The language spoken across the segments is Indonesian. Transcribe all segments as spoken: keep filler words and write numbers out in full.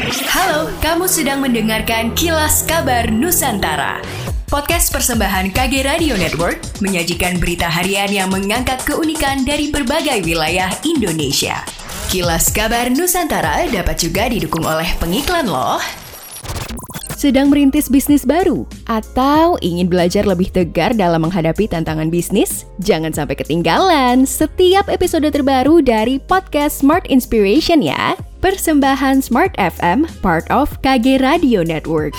Halo, kamu sedang mendengarkan Kilas Kabar Nusantara. Podcast persembahan K G Radio Network menyajikan berita harian yang mengangkat keunikan dari berbagai wilayah Indonesia. Kilas Kabar Nusantara dapat juga didukung oleh pengiklan loh. Sedang merintis bisnis baru? Atau ingin belajar lebih tegar dalam menghadapi tantangan bisnis? Jangan sampai ketinggalan setiap episode terbaru dari podcast Smart Inspiration ya. Persembahan Smart F M, part of K G Radio Network.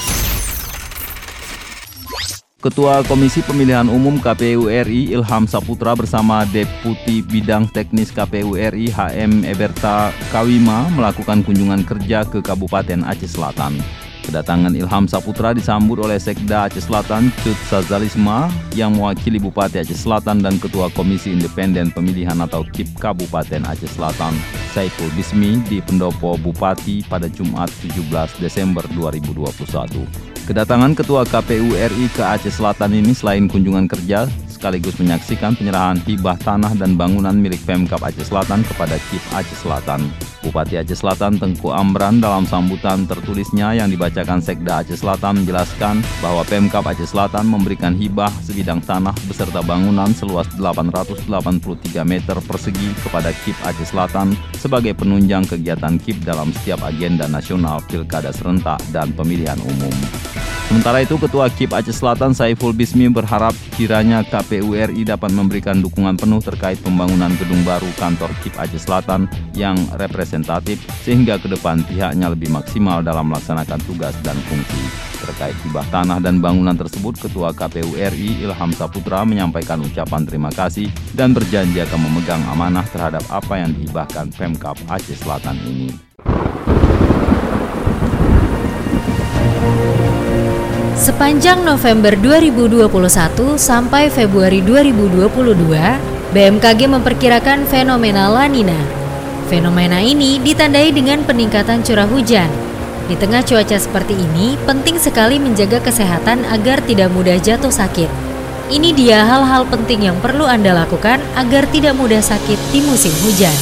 Ketua Komisi Pemilihan Umum K P U R I Ilham Saputra bersama Deputi Bidang Teknis K P U R I H M Eberta Kawima melakukan kunjungan kerja ke Kabupaten Aceh Selatan. Kedatangan Ilham Saputra disambut oleh Sekda Aceh Selatan Cut Sazalisma yang mewakili Bupati Aceh Selatan dan Ketua Komisi Independen Pemilihan atau K I P Kabupaten Aceh Selatan Saiful Bismi di Pendopo Bupati pada Jumat tujuh belas Desember dua ribu dua puluh satu. Kedatangan Ketua K P U R I ke Aceh Selatan ini selain kunjungan kerja, sekaligus menyaksikan penyerahan hibah tanah dan bangunan milik Pemkab Aceh Selatan kepada K I P Aceh Selatan. Bupati Aceh Selatan Tengku Amran dalam sambutan tertulisnya yang dibacakan Sekda Aceh Selatan menjelaskan bahwa Pemkab Aceh Selatan memberikan hibah sebidang tanah beserta bangunan seluas delapan ratus delapan puluh tiga meter persegi kepada K I P Aceh Selatan sebagai penunjang kegiatan K I P dalam setiap agenda nasional Pilkada serentak dan pemilihan umum. Sementara itu, Ketua K I P Aceh Selatan Saiful Bismi berharap kiranya K P U R I dapat memberikan dukungan penuh terkait pembangunan gedung baru kantor K I P Aceh Selatan yang representatif sehingga ke depan pihaknya lebih maksimal dalam melaksanakan tugas dan fungsi. Terkait hibah tanah dan bangunan tersebut, Ketua K P U R I Ilham Saputra menyampaikan ucapan terima kasih dan berjanji akan memegang amanah terhadap apa yang dihibahkan Pemkab Aceh Selatan ini. Sepanjang November dua ribu dua puluh satu sampai Februari dua ribu dua puluh dua, B M K G memperkirakan fenomena La Nina. Fenomena ini ditandai dengan peningkatan curah hujan. Di tengah cuaca seperti ini, penting sekali menjaga kesehatan agar tidak mudah jatuh sakit. Ini dia hal-hal penting yang perlu Anda lakukan agar tidak mudah sakit di musim hujan.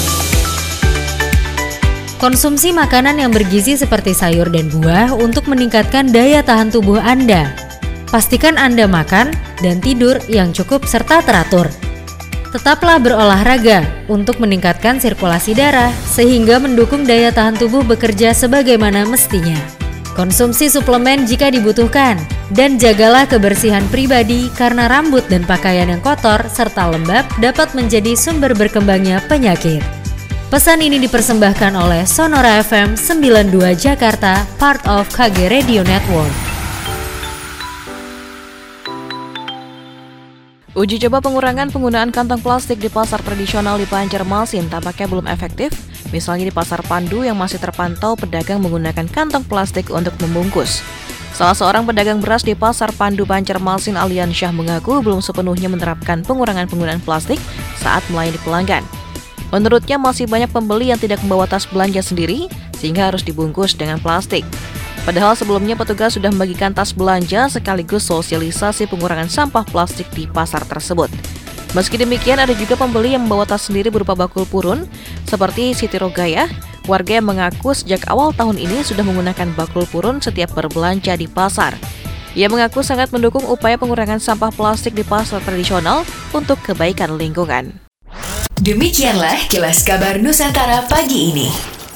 Konsumsi makanan yang bergizi seperti sayur dan buah untuk meningkatkan daya tahan tubuh Anda. Pastikan Anda makan dan tidur yang cukup serta teratur. Tetaplah berolahraga untuk meningkatkan sirkulasi darah sehingga mendukung daya tahan tubuh bekerja sebagaimana mestinya. Konsumsi suplemen jika dibutuhkan dan jagalah kebersihan pribadi karena rambut dan pakaian yang kotor serta lembab dapat menjadi sumber berkembangnya penyakit. Pesan ini dipersembahkan oleh Sonora F M sembilan puluh dua Jakarta, part of K G Radio Network. Uji coba pengurangan penggunaan kantong plastik di pasar tradisional di Banjarmasin tampaknya belum efektif. Misalnya di Pasar Pandu yang masih terpantau pedagang menggunakan kantong plastik untuk membungkus. Salah seorang pedagang beras di Pasar Pandu Banjarmasin Aliansyah mengaku belum sepenuhnya menerapkan pengurangan penggunaan plastik saat melayani pelanggan. Menurutnya masih banyak pembeli yang tidak membawa tas belanja sendiri sehingga harus dibungkus dengan plastik. Padahal sebelumnya petugas sudah membagikan tas belanja sekaligus sosialisasi pengurangan sampah plastik di pasar tersebut. Meski demikian ada juga pembeli yang membawa tas sendiri berupa bakul purun seperti Siti Rogayah, warga yang mengaku sejak awal tahun ini sudah menggunakan bakul purun setiap berbelanja di pasar. Ia mengaku sangat mendukung upaya pengurangan sampah plastik di pasar tradisional untuk kebaikan lingkungan. Demikianlah Kilas Kabar Nusantara pagi ini.